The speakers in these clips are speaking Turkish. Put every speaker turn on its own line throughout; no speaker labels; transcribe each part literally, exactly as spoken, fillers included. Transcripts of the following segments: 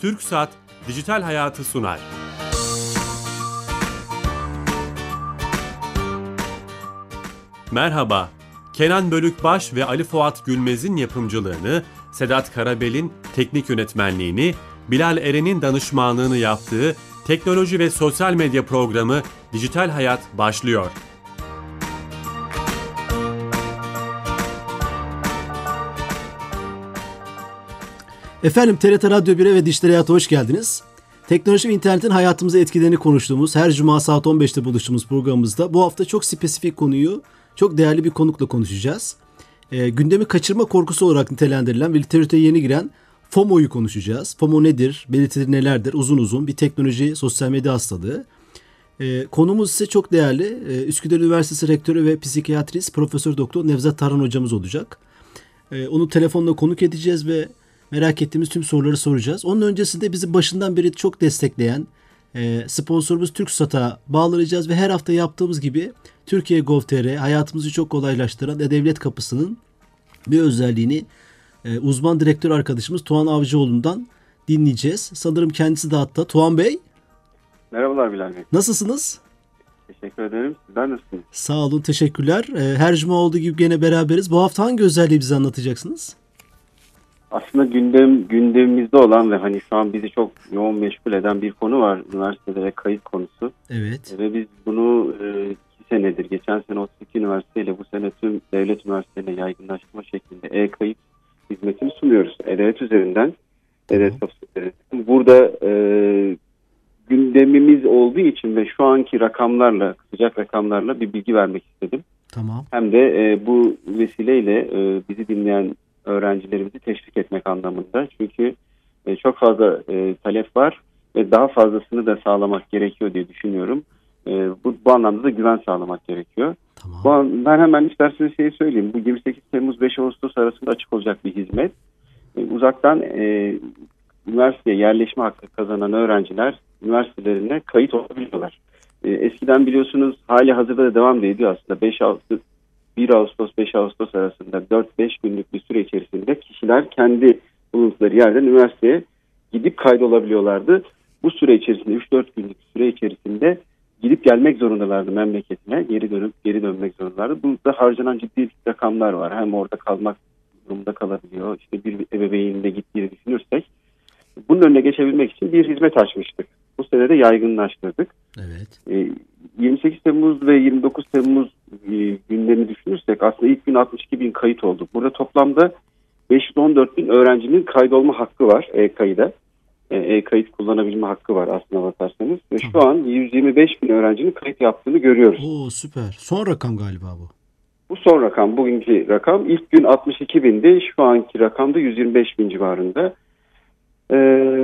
TürkSat Dijital Hayatı sunar. Merhaba, Kenan Bölükbaş ve Ali Fuat Gülmez'in yapımcılığını, Sedat Karabel'in teknik yönetmenliğini, Bilal Eren'in danışmanlığını yaptığı teknoloji ve sosyal medya programı Dijital Hayat başlıyor.
Efendim T R T Radyo bire ve Dijital Hayat'a hoş geldiniz. Teknoloji ve internetin hayatımıza etkilerini konuştuğumuz, her cuma saat on beşte buluştuğumuz programımızda bu hafta çok spesifik konuyu çok değerli bir konukla konuşacağız. E, gündemi kaçırma korkusu olarak nitelendirilen ve literatüre yeni giren FOMO'yu konuşacağız. FOMO nedir, belirtileri nelerdir, uzun uzun bir teknoloji, sosyal medya hastalığı. E, konumuz ise çok değerli. E, Üsküdar Üniversitesi Rektörü ve Psikiyatrist Profesör Doktor Nevzat Tarhan hocamız olacak. E, onu telefonla konuk edeceğiz ve merak ettiğimiz tüm soruları soracağız. Onun öncesinde bizi başından beri çok destekleyen e, sponsorumuz TürkSat'a bağlanacağız ve her hafta yaptığımız gibi Türkiye nokta gov nokta tr hayatımızı çok kolaylaştıran E-Devlet Kapısı'nın bir özelliğini e, uzman direktör arkadaşımız Tuğan Avcıoğlu'ndan dinleyeceğiz. Sanırım kendisi de hatta. Tuğan Bey.
Merhabalar Bilal Bey.
Nasılsınız?
Teşekkür ederim. Sizler nasılsınız?
Sağ olun, teşekkürler. E, her cuma olduğu gibi gene beraberiz. Bu hafta hangi özelliği bize anlatacaksınız?
Aslında gündem gündemimizde olan ve hani şu an bizi çok yoğun meşgul eden bir konu var. Üniversitelere kayıt konusu.
Evet.
Ve biz bunu e, iki senedir, geçen sene otuz iki üniversiteyle bu sene tüm devlet üniversitelerine yaygınlaştırma şeklinde e-kayıt hizmetini sunuyoruz. E-Devlet üzerinden. E-Devlet kapısı üzerinden. Burada e, gündemimiz olduğu için ve şu anki rakamlarla, sıcak rakamlarla bir bilgi vermek istedim.
Tamam.
Hem de e, bu vesileyle e, bizi dinleyen öğrencilerimizi teşvik etmek anlamında. Çünkü e, çok fazla e, talep var ve daha fazlasını da sağlamak gerekiyor diye düşünüyorum. E, bu, bu anlamda da güven sağlamak gerekiyor.
Tamam.
Bu an, ben hemen isterseniz şeyi söyleyeyim. Bu yirmi sekiz Temmuz beş Ağustos arasında açık olacak bir hizmet. E, uzaktan e, üniversiteye yerleşme hakkı kazanan öğrenciler üniversitelerine kayıt olabiliyorlar. E, eskiden biliyorsunuz hali hazırda da devam ediyor aslında. beş Ağustos bir Ağustos beş Ağustos arasında dört beş günlük bir süre içerisinde kişiler kendi bulundukları yerden üniversiteye gidip kaydolabiliyorlardı. Bu süre içerisinde üç dört günlük süre içerisinde gidip gelmek zorundalardı memleketine. Geri dönüp geri dönmek zorundalardı. Burada harcanan ciddi rakamlar var. Hem orada kalmak durumunda kalabiliyor. İşte bir ebeveynin de gittiğini düşünürsek bunun önüne geçebilmek için bir hizmet açmıştık. Bu sene de yaygınlaştırdık.
Evet.
yirmi sekiz Temmuz ve yirmi dokuz Temmuz günlerini düşünürsek aslında ilk gün altmış iki bin kayıt oldu. Burada toplamda beş yüz on dört bin öğrencinin kaydolma hakkı var e-kayıda. E-kayıt kullanabilme hakkı var aslına bakarsanız. Ve şu an yüz yirmi beş bin öğrencinin kayıt yaptığını görüyoruz.
Oo, süper. Son rakam galiba bu.
Bu son rakam, bugünkü rakam. İlk gün altmış iki bindi. Şu anki rakam da yüz yirmi beş bin civarında. Ee,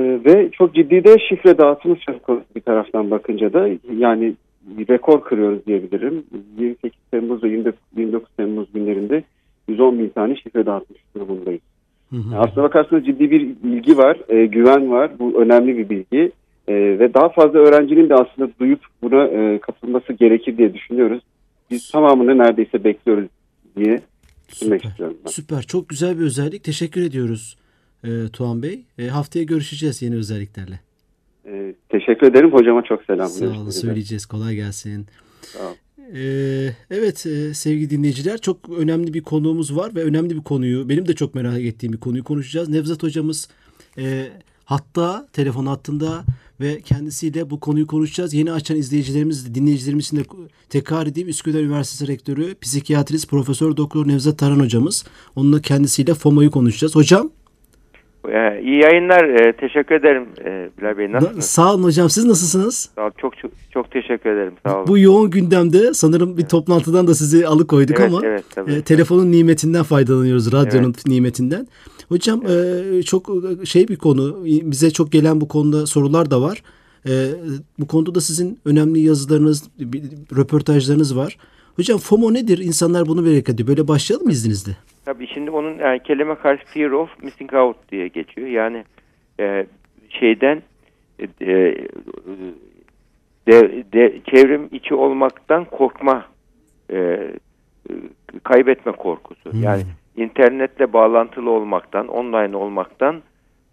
ve çok ciddi de şifre dağıtımı söz konusu bir taraftan bakınca da yani rekor kırıyoruz diyebilirim. yirmi sekiz Temmuz ve yirmi dokuz Temmuz günlerinde yüz on bin tane şifre dağıtmış durumundayız. Hı hı. Yani aslına bakarsanız ciddi bir bilgi var, e, güven var. Bu önemli bir bilgi. E, ve daha fazla öğrencinin de aslında duyup buna e, katılması gerekir diye düşünüyoruz. Biz tamamını neredeyse bekliyoruz diye düşünmek istiyorum ben.
Süper, çok güzel bir özellik. Teşekkür ediyoruz e, Tuğan Bey. E, haftaya görüşeceğiz yeni özelliklerle.
Ee, teşekkür ederim. Hocama çok selam.
Sağ olun, söyleyeceğiz. Kolay gelsin.
Sağ olun.
Ee, evet e, sevgili dinleyiciler, çok önemli bir konuğumuz var ve önemli bir konuyu, benim de çok merak ettiğim bir konuyu konuşacağız. Nevzat hocamız e, hatta, telefon hattında ve kendisiyle bu konuyu konuşacağız. Yeni açan izleyicilerimiz, dinleyicilerimiz için de tekrar edeyim. Üsküdar Üniversitesi Rektörü, Psikiyatrist Profesör Doktor Nevzat Tarhan hocamız. Onunla kendisiyle FOMO'yu konuşacağız. Hocam.
İyi yayınlar. Teşekkür ederim Bilal Bey. Nasılsınız?
Sağ olun hocam. Siz nasılsınız?
Sağ olun. Çok çok çok teşekkür ederim. Sağ olun.
Bu yoğun gündemde sanırım bir evet. toplantıdan da sizi alıkoyduk
evet,
ama
evet, tabii.
e, telefonun nimetinden faydalanıyoruz. Radyonun evet. nimetinden. Hocam
evet.
e, çok şey bir konu. Bize çok gelen bu konuda sorular da var. E, bu konuda da sizin önemli yazılarınız, röportajlarınız var. Hocam FOMO nedir? İnsanlar bunu merak ediyor. Böyle başlayalım mı izninizle?
Tabii şimdi onun yani kelime karşı fear of missing out diye geçiyor. Yani e, şeyden e, de, de, çevrim içi olmaktan korkma, e, kaybetme korkusu. Hmm. Yani internetle bağlantılı olmaktan, online olmaktan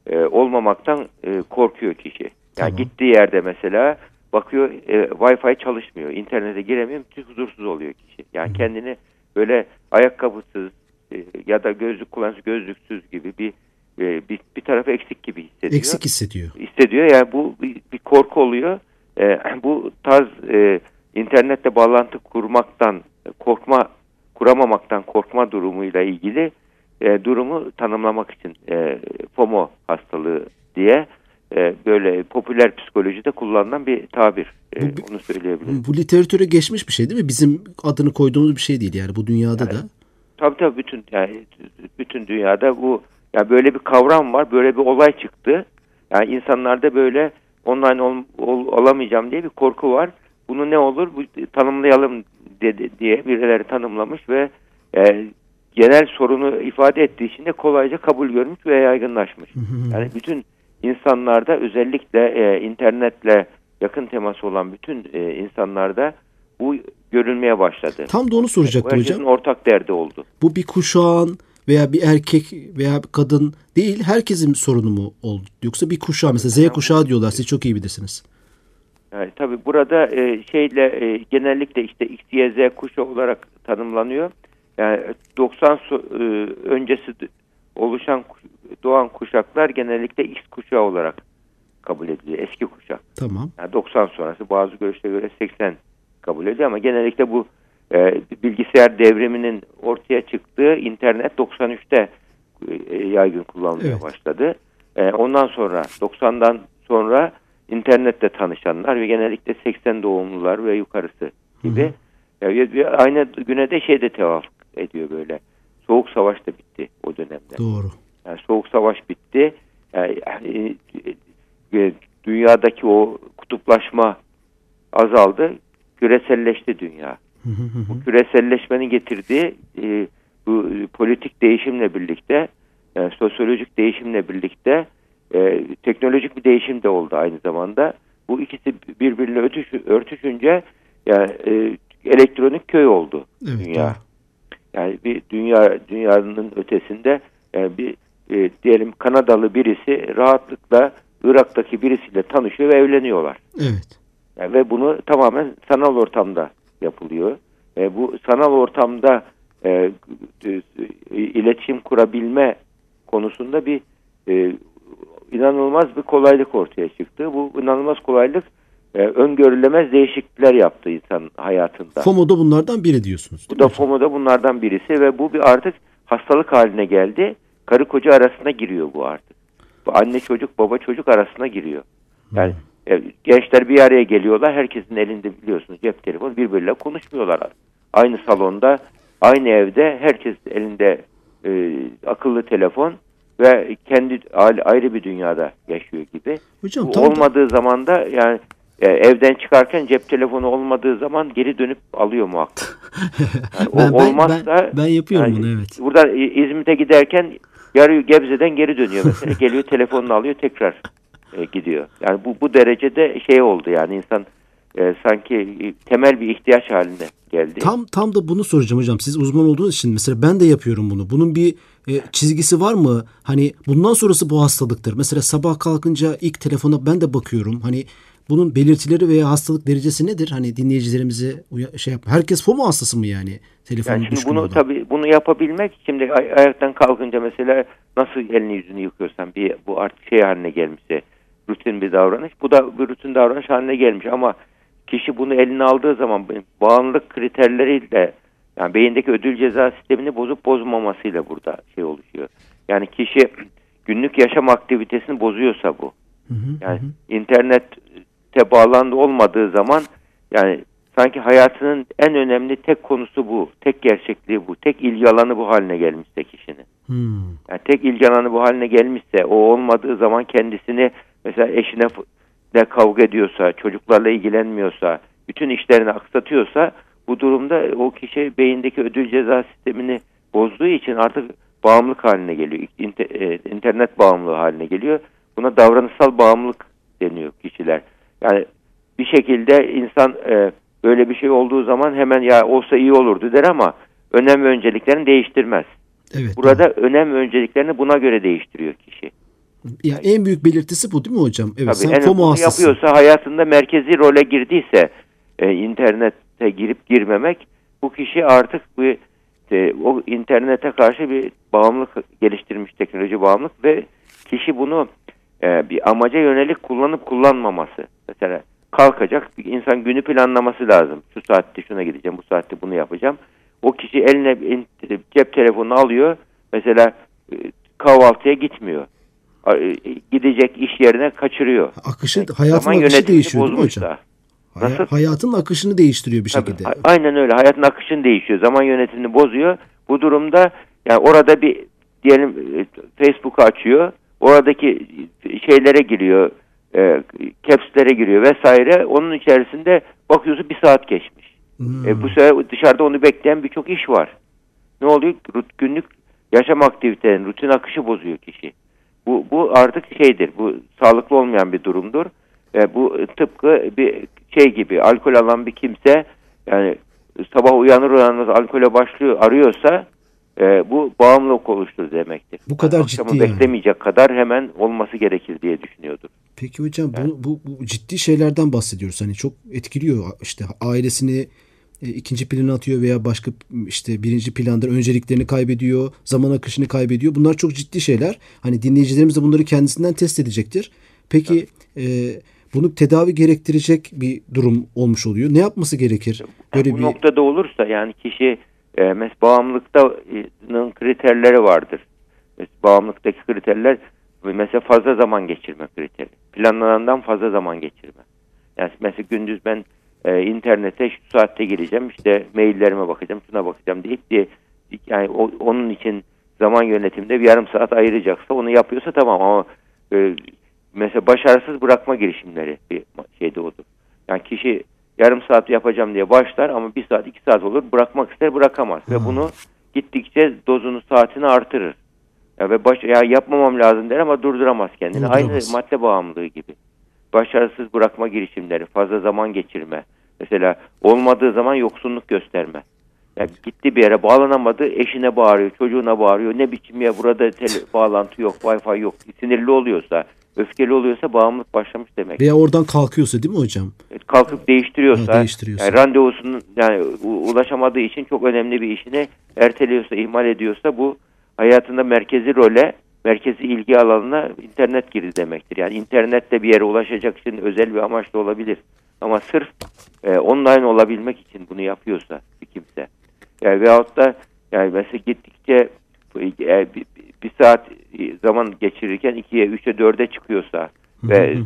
e, olmamaktan e, korkuyor kişi. Yani
Tamam.
gittiği yerde mesela bakıyor e, Wi-Fi çalışmıyor, internete giremiyor, huzursuz oluyor kişi. Yani
Hı.
kendini böyle ayakkabısız e, ya da gözlük kullansız gözlüksüz gibi bir e, bir, bir tarafı eksik gibi hissediyor.
Eksik hissediyor.
hissediyor. Yani bu bir, bir korku oluyor. E, bu tarz e, internetle bağlantı kurmaktan korkma, kuramamaktan korkma durumuyla ilgili e, durumu tanımlamak için e, FOMO hastalığı diye e, böyle popüler psikolojide kullanılan bir tabir. E,
Bu,
onu söyleyebilirim.
Bu literatüre geçmiş bir şey değil mi? Bizim adını koyduğumuz bir şey değil yani bu dünyada
Yani,
da.
Tabii tabii bütün yani bütün dünyada bu yani böyle bir kavram var, böyle bir olay çıktı. Yani insanlarda böyle online ol, ol, olamayacağım diye bir korku var. Bunu ne olur bu, tanımlayalım dedi, diye birileri tanımlamış ve e, genel sorunu ifade ettiği için de kolayca kabul görmüş ve yaygınlaşmış. Yani bütün insanlarda özellikle e, internetle yakın teması olan bütün e, insanlarda bu görülmeye başladı.
Tam da onu soracaktım
Herkesin
hocam.
ortak derdi oldu.
Bu bir kuşağın veya bir erkek veya bir kadın değil, herkesin sorunu mu oldu? Yoksa bir kuşağı, mesela Z kuşağı diyorlar, siz çok iyi bilirsiniz.
Yani, tabii burada e, şeyle e, genellikle işte X, Y, Z kuşağı olarak tanımlanıyor. Yani doksan so, e, öncesi oluşan doğan kuşaklar genellikle X kuşağı olarak kabul ediliyor. Eski kuşak.
Tamam.
Yani doksan sonrası bazı görüşlere göre seksen kabul ediyor ama genellikle bu e, bilgisayar devriminin ortaya çıktığı internet doksan üçte e, yaygın kullanılmaya
Evet.
başladı. E, ondan sonra doksandan sonra internette tanışanlar ve genellikle seksen doğumlular ve yukarısı gibi. Hı hı. Yani aynı güne de şey de tevafuk ediyor böyle. Soğuk Savaş da bitti o dönemde.
Doğru.
Yani Soğuk Savaş bitti. Yani, yani, e, dünyadaki o kutuplaşma azaldı. Küreselleşti dünya.
Hı hı hı.
Bu küreselleşmenin getirdiği e, bu politik değişimle birlikte, yani sosyolojik değişimle birlikte e, teknolojik bir değişim de oldu aynı zamanda. Bu ikisi birbiriyle örtüş, örtüşünce yani e, elektronik köy oldu
Evet,
dünya.
doğru.
Yani bir dünya dünyanın ötesinde yani bir e, diyelim Kanadalı birisi rahatlıkla Irak'taki birisiyle tanışıyor ve evleniyorlar.
Evet.
Yani ve bunu tamamen sanal ortamda yapılıyor. E, bu sanal ortamda e, e, iletişim kurabilme konusunda bir e, inanılmaz bir kolaylık ortaya çıktı. Bu inanılmaz kolaylık e, öngörülemez değişiklikler yaptı insan hayatında.
FOMO da bunlardan biri diyorsunuz.
Bu da FOMO da bunlardan birisi ve bu bir artık hastalık haline geldi. Karı koca arasına giriyor bu artık. Bu anne çocuk baba çocuk arasına giriyor. Yani hmm. e, gençler bir araya geliyorlar. Herkesin elinde biliyorsunuz cep telefonu, birbiriyle konuşmuyorlar. Aynı salonda, aynı evde herkes elinde e, akıllı telefon ve kendi ayrı bir dünyada yaşıyor gibi.
Hocam,
bu olmadığı da... zaman da yani e, evden çıkarken cep telefonu olmadığı zaman geri dönüp alıyor muhakkak. Yani
ben,
o olmazsa
ben, ben yapıyorum
yani,
bunu, evet.
Burada İzmit'e giderken yarı Gebze'den geri dönüyor mesela. Geliyor telefonunu alıyor tekrar e, gidiyor. Yani bu bu derecede şey oldu yani insan e, sanki e, temel bir ihtiyaç haline geldi.
Tam tam da bunu soracağım hocam. Siz uzman olduğunuz için mesela ben de yapıyorum bunu. Bunun bir e, çizgisi var mı? Hani bundan sonrası bu hastalıktır. Mesela sabah kalkınca ilk telefona ben de bakıyorum. Hani bunun belirtileri veya hastalık derecesi nedir? Hani dinleyicilerimize uya- şey yap. Herkes FOMO hastası mı yani? Telefonu
Yani şimdi
düşkün
bunu
olan.
tabii bunu yapabilmek şimdi ay- ayaktan kalkınca mesela nasıl elini yüzünü yıkıyorsan bir bu artık şey haline gelmişse rutin bir davranış. Bu da bir rutin davranış haline gelmiş ama kişi bunu eline aldığı zaman bağımlılık kriterleriyle yani beyindeki ödül ceza sistemini bozup bozmamasıyla burada şey oluşuyor. Yani kişi günlük yaşam aktivitesini bozuyorsa bu.
Hı hı,
Yani
hı.
internette bağlantılı olmadığı zaman yani sanki hayatının en önemli tek konusu bu. Tek gerçekliği bu. Tek ilgi alanı bu haline gelmişse kişinin.
Hmm.
Yani tek ilgi alanı bu haline gelmişse o olmadığı zaman kendisini mesela eşine de kavga ediyorsa, çocuklarla ilgilenmiyorsa, bütün işlerini aksatıyorsa bu durumda o kişi beyindeki ödül ceza sistemini bozduğu için artık bağımlılık haline geliyor. İnternet bağımlılığı haline geliyor. Buna davranışsal bağımlılık deniyor kişiler. Yani bir şekilde insan e, böyle bir şey olduğu zaman hemen ya olsa iyi olurdu der ama önem ve önceliklerini değiştirmez.
Evet,
Burada
doğru.
önem ve önceliklerini buna göre değiştiriyor kişi.
Yani en büyük belirtisi bu değil mi hocam? Evet,
Tabii,
sen
en
FOMO
bunu
hastasın.
yapıyorsa, hayatında merkezi role girdiyse, e, internete girip girmemek, bu kişi artık bir e, o internete karşı bir bağımlılık geliştirmiş, teknoloji bağımlılık ve kişi bunu e, bir amaca yönelik kullanıp kullanmaması. Mesela kalkacak, bir insan günü planlaması lazım. Şu saatte şuna gideceğim, bu saatte bunu yapacağım. O kişi eline cep telefonunu alıyor. Mesela e, kahvaltıya gitmiyor. Gidecek iş yerine kaçırıyor.
Akışı,
Yani
hayatın
zaman
akışı
yönetimini
değişiyor değil mi
bozmuşsa.
hocam?
Nasıl?
Hay- hayatın akışını değiştiriyor bir
Tabii,
şekilde.
aynen öyle. Hayatın akışını değişiyor. Zaman yönetimini bozuyor. Bu durumda yani orada bir diyelim Facebook'u açıyor. Oradaki şeylere giriyor. E, caps'lere giriyor vesaire. Onun içerisinde bakıyorsun bir saat geçmiş.
Hmm.
E, bu sefer dışarıda onu bekleyen birçok iş var. Ne oluyor? Günlük yaşam aktivitelerinin rutin akışı bozuyor kişi. Bu, bu artık şeydir. Bu sağlıklı olmayan bir durumdur. E, bu tıpkı bir şey gibi, alkol alan bir kimse yani sabah uyanır uyanmaz alkole başlıyor, arıyorsa e, bu bağımlılık oluştur demektir.
Bu kadar
yani
ciddi
akşamı
yani.
beklemeyecek kadar hemen olması gerekir diye düşünüyordur.
Peki hocam
Evet.
bu, bu, bu ciddi şeylerden bahsediyoruz. Hani çok etkiliyor işte ailesini e, ikinci plana atıyor veya başka işte birinci planda önceliklerini kaybediyor, zaman akışını kaybediyor. Bunlar çok ciddi şeyler. Hani dinleyicilerimiz de bunları kendisinden test edecektir. Peki e, bunu tedavi gerektirecek bir durum olmuş oluyor. Ne yapması gerekir? Böyle
bu
bir
noktada olursa yani kişi e, mesela bağımlılıktanın kriterleri vardır. Mesela bağımlılıktaki kriterler mesela fazla zaman geçirme kriteri. Planlanandan fazla zaman geçirme. Yani mesela gündüz ben e, internete şu saatte gireceğim, işte maillerime bakacağım, şuna bakacağım deyip diye yani o, onun için zaman yönetiminde bir yarım saat ayıracaksa onu yapıyorsa tamam ama e, mesela başarısız bırakma girişimleri bir şeyde odur. Yani kişi yarım saat yapacağım diye başlar ama bir saat iki saat olur bırakmak ister bırakamaz hmm. ve bunu gittikçe dozunu saatini artırır. Ya ve baş ya yapmamam lazım der ama durduramaz kendini. Durduramaz. Aynı madde bağımlılığı gibi. Başarısız bırakma girişimleri, fazla zaman geçirme. Mesela olmadığı zaman yoksunluk gösterme. Yani gitti bir yere bağlanamadı, eşine bağırıyor, çocuğuna bağırıyor. Ne biçim ya burada tele, bağlantı yok, Wi-Fi yok. Sinirli oluyorsa, öfkeli oluyorsa bağımlılık başlamış demek.
Veya oradan kalkıyorsa değil mi hocam?
Kalkıp değiştiriyorsa,
ha, değiştiriyorsa.
Yani randevusunun yani ulaşamadığı için çok önemli bir işini erteliyorsa, ihmal ediyorsa bu hayatında merkezi role, merkezi ilgi alanına internet girdi demektir. Yani internette bir yere ulaşacak için özel bir amaçla olabilir. Ama sırf e, online olabilmek için bunu yapıyorsa bir kimse. Yani veyahut da yani mesela gittikçe e, bir, bir saat zaman geçirirken ikiye, üçe, dörde çıkıyorsa ve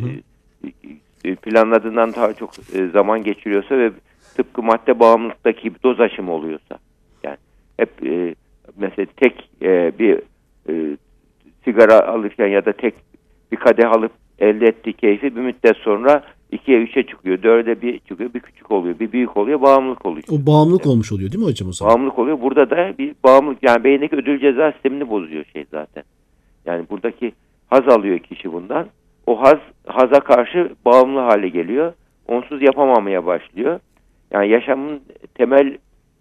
e, planladığından daha çok e, zaman geçiriyorsa ve tıpkı madde bağımlılıktaki gibi doz aşımı oluyorsa. Yani hep e, mesela tek e, bir e, sigara alırken ya da tek bir kadeh alıp elde ettiği keyfi bir müddet sonra ikiye üçe çıkıyor, dörde bir çıkıyor, bir küçük oluyor, bir büyük oluyor, bağımlılık oluyor.
O bağımlılık evet. olmuş oluyor değil mi hocam o zaman?
Bağımlılık oluyor. Burada da bir bağımlılık yani beyindeki ödül ceza sistemini bozuyor şey zaten. Yani buradaki haz alıyor kişi bundan. O haz haza karşı bağımlı hale geliyor. Onsuz yapamamaya başlıyor. Yani yaşamın temel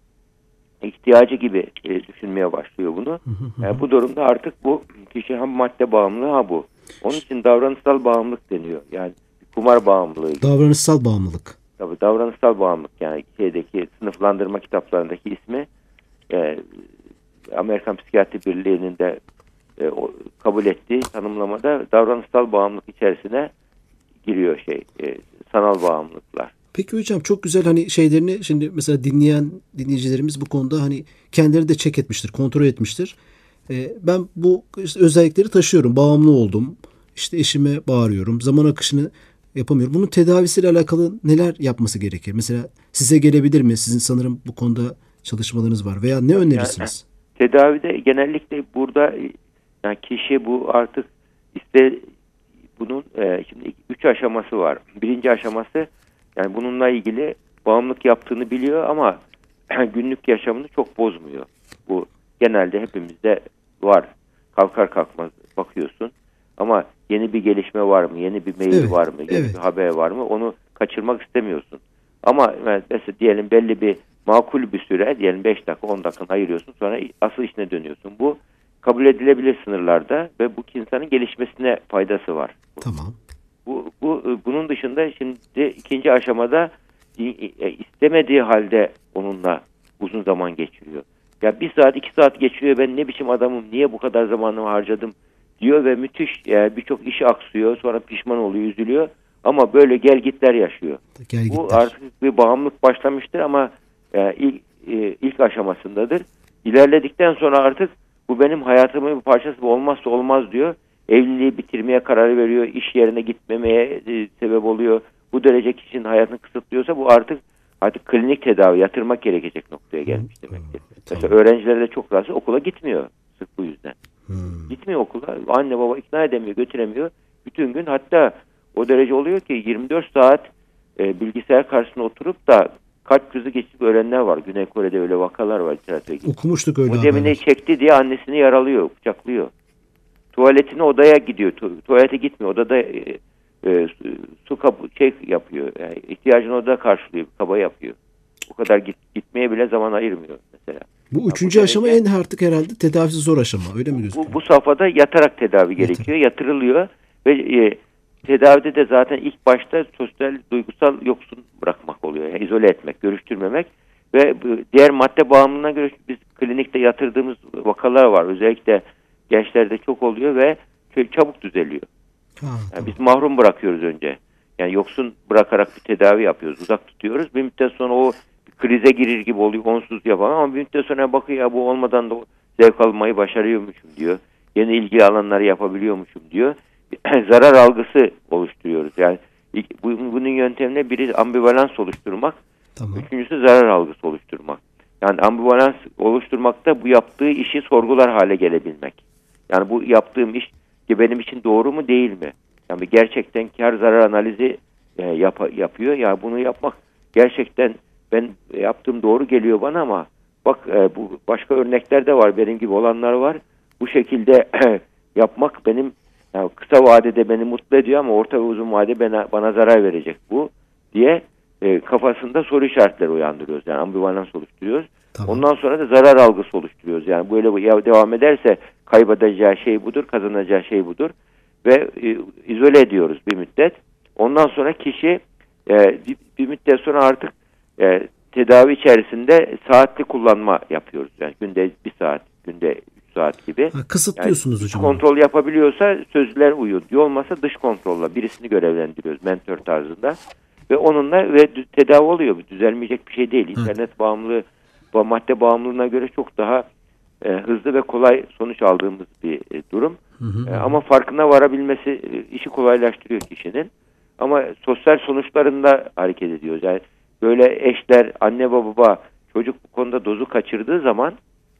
ihtiyacı gibi e, düşünmeye başlıyor bunu. Yani bu durumda artık bu kişi hem madde bağımlılığı ha bu. Onun için davranışsal bağımlılık deniyor. Yani kumar bağımlılığı gibi.
Davranışsal bağımlılık.
Tabii davranışsal bağımlılık yani şeydeki sınıflandırma kitaplarındaki ismi e, Amerikan Psikiyatri Birliği'nin de e, o, kabul ettiği tanımlamada davranışsal bağımlılık içerisine giriyor şey e, sanal bağımlılıklar.
Peki hocam çok güzel hani şeylerini şimdi mesela dinleyen dinleyicilerimiz bu konuda hani kendileri de check etmiştir, kontrol etmiştir. Ee, ben bu işte özellikleri taşıyorum, bağımlı oldum, işte eşime bağırıyorum, zaman akışını yapamıyorum. Bunun tedavisiyle alakalı neler yapması gerekir? Mesela size gelebilir mi? Sizin sanırım bu konuda çalışmalarınız var veya ne önerirsiniz?
Yani, tedavide genellikle burada yani kişi bu artık işte bunun e, şimdi üç aşaması var. Birinci aşaması yani bununla ilgili bağımlılık yaptığını biliyor ama günlük yaşamını çok bozmuyor. Bu genelde hepimizde var. Kalkar kalkmaz bakıyorsun. Ama yeni bir gelişme var mı? Yeni bir mail
evet,
var mı? Yeni
evet.
bir haber var mı? Onu kaçırmak istemiyorsun. Ama mesela diyelim belli bir makul bir süre, diyelim beş dakika on dakika ayırıyorsun. Sonra asıl işine dönüyorsun. Bu kabul edilebilir sınırlarda ve bu insanın gelişmesine faydası var.
Tamam.
Bu, bu bunun dışında şimdi ikinci aşamada istemediği halde onunla uzun zaman geçiriyor. Ya bir saat iki saat geçiriyor, ben ne biçim adamım, niye bu kadar zamanımı harcadım diyor ve müthiş yani birçok işi aksıyor, sonra pişman oluyor, üzülüyor ama böyle gel gitler yaşıyor.
Gel
Bu
gitler.
artık bir bağımlılık başlamıştır ama e, ilk, e, ilk aşamasındadır. İlerledikten sonra artık bu benim hayatımın bir parçası, bu olmazsa olmaz diyor. Evliliği bitirmeye karar veriyor, iş yerine gitmemeye e, sebep oluyor. Bu derece kişinin hayatını kısıtlıyorsa bu artık artık klinik tedavi yatırmak gerekecek noktaya gelmiş demektir.
Tamam.
Mesela öğrenciler de çok rahatsız, okula gitmiyor sırf bu yüzden.
Hmm.
Gitmiyor okula, anne baba ikna edemiyor, götüremiyor. Bütün gün, hatta o derece oluyor ki yirmi dört saat e, bilgisayar karşısında oturup da kalp krizi geçirip ölenler var. Güney Kore'de öyle vakalar var.
Okumuştuk öyle
haberler. Modemini çekti diye annesini yaralıyor, bıçaklıyor. Tuvaletine odaya gidiyor. Tu- tuvalete gitmiyor. Odada e, e, su kapı şey yapıyor. Yani ihtiyacını odada karşılıyor. Kaba yapıyor. O kadar git, gitmeye bile zaman ayırmıyor mesela.
Bu
yani
üçüncü
bu
aşama
derece,
en artık herhalde tedavisi zor aşama. Öyle mi gözüküyor?
Bu, bu safhada yatarak tedavi gerekiyor.
Yatar.
Yatırılıyor ve e, tedavide de zaten ilk başta sosyal, duygusal yoksun bırakmak oluyor. Yani izole etmek, görüştürmemek ve diğer madde bağımlılığına göre biz klinikte yatırdığımız vakalar var. Özellikle gençlerde çok oluyor ve çabuk düzeliyor.
Ha,
Yani
tamam.
biz mahrum bırakıyoruz önce. Yani yoksun bırakarak bir tedavi yapıyoruz. Uzak tutuyoruz. Bir müddet sonra o krize girir gibi oluyor. Onsuz yapamam ama bir müddet sonra bakıyor ya bu olmadan da zevk almayı başarıyormuşum diyor. Yeni ilgi alanları yapabiliyormuşum diyor. Zarar algısı oluşturuyoruz. Yani ilk, bu, bunun yöntemine biri ambivalans oluşturmak.
Tamam.
Üçüncüsü zarar algısı oluşturmak. Yani ambivalans oluşturmakta bu yaptığı işi sorgular hale gelebilmek. Yani bu yaptığım iş ki benim için doğru mu değil mi? Yani gerçekten kar zarar analizi e, yap, yapıyor. Ya yani bunu yapmak gerçekten ben yaptığım doğru geliyor bana ama bak e, bu başka örnekler de var. Benim gibi olanlar var. Bu şekilde yapmak benim yani kısa vadede beni mutlu ediyor ama orta ve uzun vadede bana, bana zarar verecek bu diye e, kafasında soru işaretleri uyandırıyoruz. Yani ambivalans oluşturuyoruz.
Tamam.
Ondan sonra da zarar algısı oluşturuyoruz. Yani böyle ya devam ederse kaybedeceği şey budur, kazanacağı şey budur ve e, izole ediyoruz bir müddet. Ondan sonra kişi e, bir, bir müddet sonra artık e, tedavi içerisinde saatli kullanma yapıyoruz. Yani günde bir saat, günde üç saat gibi.
Ha, kısıtlıyorsunuz
yani
hocam.
Kontrol yapabiliyorsa sözler uyuyor. Olmazsa dış kontrolle birisini görevlendiriyoruz mentor tarzında. Ve onunla ve tedavi oluyor. Düzelmeyecek bir şey değil. İnternet evet. bağımlılığı, madde bağımlılığına göre çok daha e, hızlı ve kolay sonuç aldığımız bir e, durum. Hı hı. E, ama farkına varabilmesi e, işi kolaylaştırıyor kişinin. Ama sosyal sonuçlarında hareket ediyoruz. Yani böyle eşler, anne baba, çocuk bu konuda dozu kaçırdığı zaman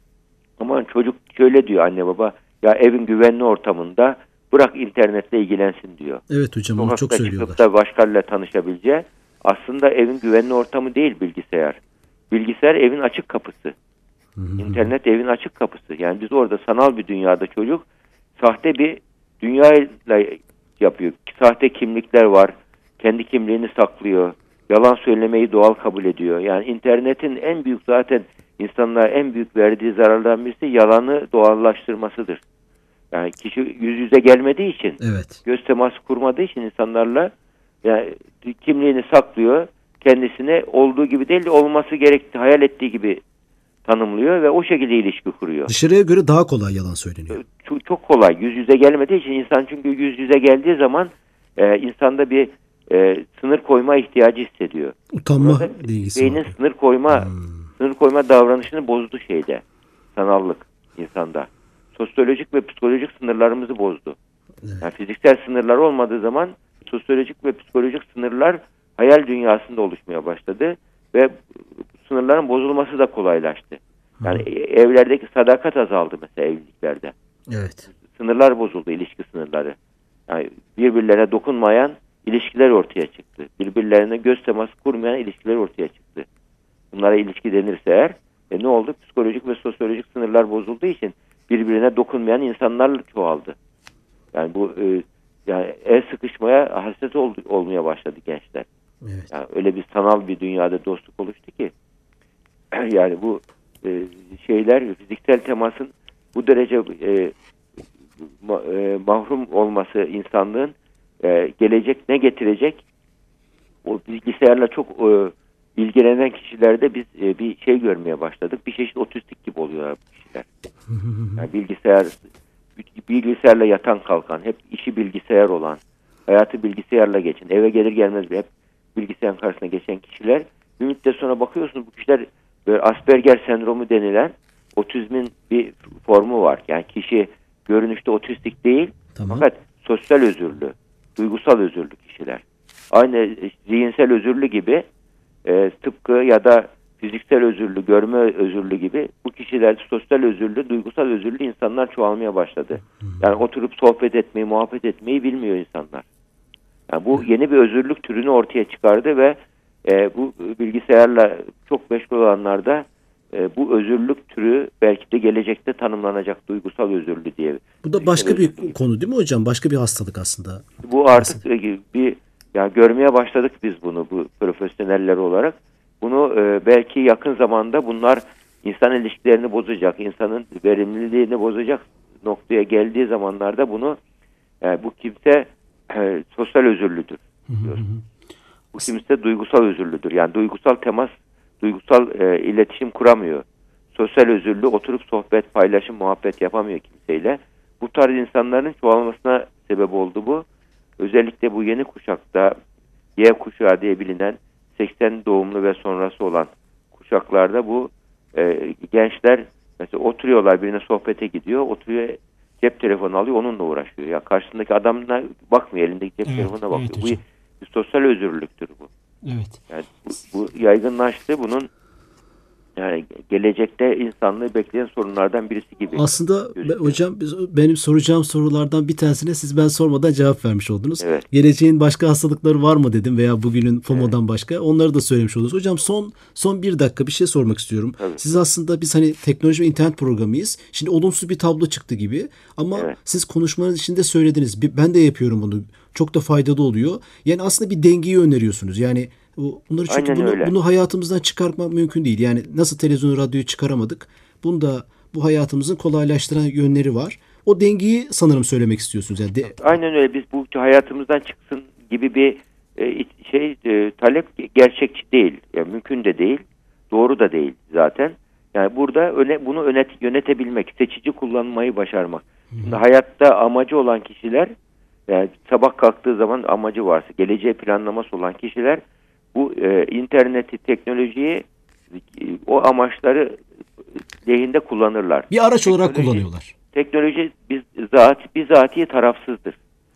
aman çocuk şöyle diyor anne baba, ya evin güvenli ortamında bırak internetle ilgilensin diyor.
Evet hocam, onu çok söylüyorlar.
Çıkıp da başkalarıyla tanışabileceği. Aslında evin güvenli ortamı değil bilgisayar. Bilgisayar evin açık kapısı. Hı-hı. İnternet evin açık kapısı. Yani biz orada sanal bir dünyada çocuk sahte bir dünyayla yapıyor. Sahte kimlikler var. Kendi kimliğini saklıyor. Yalan söylemeyi doğal kabul ediyor. Yani internetin en büyük zaten insanlara en büyük verdiği zararlardan birisi yalanı doğallaştırmasıdır. Yani kişi yüz yüze gelmediği için,
evet.
göz teması kurmadığı için insanlarla yani kimliğini saklıyor, kendisine olduğu gibi değil de olması gerektiği, hayal ettiği gibi tanımlıyor ve o şekilde ilişki kuruyor.
Dışarıya göre daha kolay yalan söyleniyor.
Çok, çok kolay. Yüz yüze gelmediği için insan, çünkü yüz yüze geldiği zaman e, insanda bir e, sınır koyma ihtiyacı hissediyor.
Utanma ilgisi
beynin
var.
sınır koyma,
hmm.
sınır koyma davranışını bozdu şeyde, sanallık insanda. Sosyolojik ve psikolojik sınırlarımızı bozdu. Evet. Yani fiziksel sınırlar olmadığı zaman sosyolojik ve psikolojik sınırlar hayal dünyasında oluşmaya başladı ve sınırların bozulması da kolaylaştı. Yani Hı. evlerdeki sadakat azaldı mesela evliliklerde.
Evet.
Sınırlar bozuldu, ilişki sınırları. Yani birbirlerine dokunmayan ilişkiler ortaya çıktı. Birbirlerine göz teması kurmayan ilişkiler ortaya çıktı. Bunlara ilişki denirse eğer e ne oldu? Psikolojik ve sosyolojik sınırlar bozulduğu için birbirine dokunmayan insanlar çoğaldı. Yani bu e, yani el sıkışmaya hasret ol, olmaya başladı gençler.
Evet.
Yani öyle bir sanal bir dünyada dostluk oluştu ki yani bu e, şeyler, fiziksel temasın bu derece e, ma, e, mahrum olması insanlığın e, gelecek ne getirecek? O bilgisayarla çok e, ilgilenen kişilerde biz e, bir şey görmeye başladık. Bir çeşit otistik gibi oluyorlar bu kişiler. Yani bilgisayar, bilgisayarla yatan kalkan, hep işi bilgisayar olan, hayatı bilgisayarla geçen, eve gelir gelmez hep bilgisayarın karşısına geçen kişiler. Bir müddet sonra bakıyorsunuz bu kişiler böyle Asperger sendromu denilen otizmin bir formu var. Yani kişi görünüşte otistik değil,
tamam.
Fakat sosyal özürlü, duygusal özürlü kişiler. Aynı zihinsel özürlü gibi e, tıpkı ya da fiziksel özürlü, görme özürlü gibi bu kişiler sosyal özürlü, duygusal özürlü insanlar çoğalmaya başladı. Yani oturup sohbet etmeyi, muhabbet etmeyi bilmiyor insanlar. Yani bu yeni bir özürlük türünü ortaya çıkardı ve e, bu bilgisayarla çok meşgul olanlarda e, bu özürlük türü belki de gelecekte tanımlanacak duygusal özürlü diye.
Bu da başka bir konu değil mi hocam? Başka bir hastalık aslında.
Bu artık e, bir yani görmeye başladık biz bunu bu profesyoneller olarak. Bunu e, belki yakın zamanda bunlar insan ilişkilerini bozacak, insanın verimliliğini bozacak noktaya geldiği zamanlarda bunu yani bu kimse e, sosyal özürlüdür diyoruz. Bu kimse duygusal özürlüdür. Yani duygusal temas, duygusal e, iletişim kuramıyor. Sosyal özürlü oturup sohbet, paylaşım, muhabbet yapamıyor kimseyle. Bu tarz insanların çoğalmasına sebep oldu bu. Özellikle bu yeni kuşakta Y kuşağı diye bilinen seksen doğumlu ve sonrası olan kuşaklarda bu e, gençler mesela oturuyorlar, birine sohbete gidiyor, oturuyor cep telefonu alıyor, onunla uğraşıyor. Ya karşısındaki adamına bakmıyor, elindeki cep
evet,
telefonuna bakıyor.
Evet
bu bir sosyal özürlülüktür bu.
Evet.
Yani bu, bu yaygınlaştı. Bunun yani gelecekte insanlığı bekleyen sorunlardan birisi gibi.
Aslında be, hocam biz, benim soracağım sorulardan bir tanesine siz ben sormadan cevap vermiş oldunuz.
Evet.
Geleceğin başka hastalıkları var mı dedim veya bugünün FOMO'dan
Evet.
başka. Onları da söylemiş oldunuz. Hocam son son bir dakika bir şey sormak istiyorum.
Tabii.
Siz aslında biz hani teknoloji ve internet programıyız. Şimdi olumsuz bir tablo çıktı gibi ama
Evet.
siz konuşmanız içinde söylediniz. Ben de yapıyorum bunu. Çok da faydalı oluyor. Yani aslında bir dengeyi öneriyorsunuz. Yani bunları çünkü
Aynen
bunu,
öyle.
bunu hayatımızdan çıkartmak mümkün değil. Yani nasıl televizyonu, radyoyu çıkaramadık. Bunu da bu hayatımızın kolaylaştıran yönleri var. O dengeyi sanırım söylemek istiyorsunuz. Yani de...
Aynen öyle. Biz bu hayatımızdan çıksın gibi bir e, şey e, talep gerçekçi değil. Yani mümkün de değil. Doğru da değil zaten. Yani burada öne, bunu önet, yönetebilmek, seçici kullanmayı başarmak. Şimdi hayatta amacı olan kişiler, yani sabah kalktığı zaman amacı varsa, geleceğe planlaması olan kişiler bu e, interneti, teknolojiyi e, o amaçları lehinde kullanırlar.
Bir araç
teknoloji,
olarak kullanıyorlar.
Teknoloji biz zat, bizatihi tarafsızdır.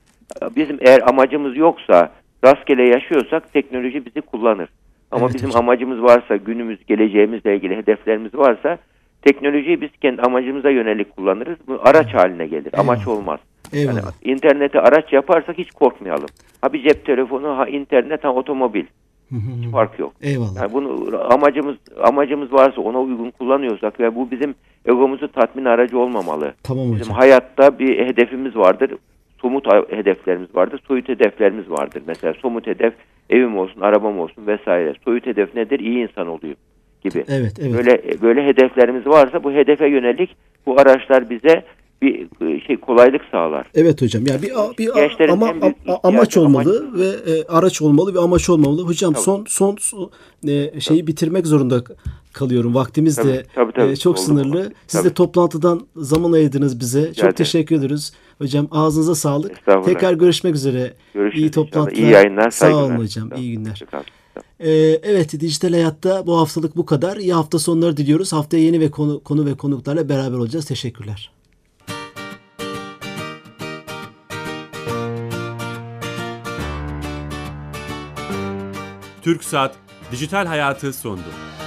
Bizim eğer amacımız yoksa, rastgele yaşıyorsak teknoloji bizi kullanır. Ama
Evet,
bizim
hocam.
amacımız varsa, günümüz, geleceğimizle ilgili hedeflerimiz varsa teknolojiyi biz kendi amacımıza yönelik kullanırız. Bu araç haline gelir.
Eyvallah.
Amaç olmaz.
Eyvallah.
Yani interneti araç yaparsak hiç korkmayalım. Ha bir cep telefonu, ha internet, ha otomobil. Hiç fark yok.
Eyvallah.
Yani bunu amacımız amacımız varsa ona uygun kullanıyorsak ve bu bizim egomuzu tatmin aracı olmamalı.
Tamam
Bizim
hocam.
hayatta bir hedefimiz vardır. Somut hedeflerimiz vardır. Soyut hedeflerimiz vardır. Mesela somut hedef evim olsun, arabam olsun vesaire. Soyut hedef nedir? İyi insan olayım gibi.
Evet, evet.
Böyle böyle hedeflerimiz varsa bu hedefe yönelik bu araçlar bize bir şey kolaylık sağlar.
Evet hocam. Yani bir bir
Gençlerin
ama
en büyük
a- amaç
ihtiyacı
olmalı
amaç-
ve e, araç olmalı ve amaç olmalı. Hocam
Tabii.
son son son, e, şeyi bitirmek zorunda kalıyorum. Vaktimiz
Tabii,
de
tabii, tabii.
e, çok
Oldu mu?
sınırlı. Siz
Tabii.
de toplantıdan zaman ayırdınız bize.
Rica
Çok
ederim.
teşekkür ederiz. Hocam ağzınıza sağlık.
Estağfurullah.
Tekrar görüşmek üzere.
Görüşürüz
İyi
inşallah.
toplantılar.
İyi yayınlar,
Sağ
saygılar.
olun hocam.
Tamam.
İyi günler.
Hoşçakalın.
Ee, evet, Dijital Hayat'ta bu haftalık bu kadar. İyi hafta sonları diliyoruz. Haftaya yeni ve konu, konu ve konuklarla beraber olacağız. Teşekkürler.
TürkSat Dijital Hayatı sondu.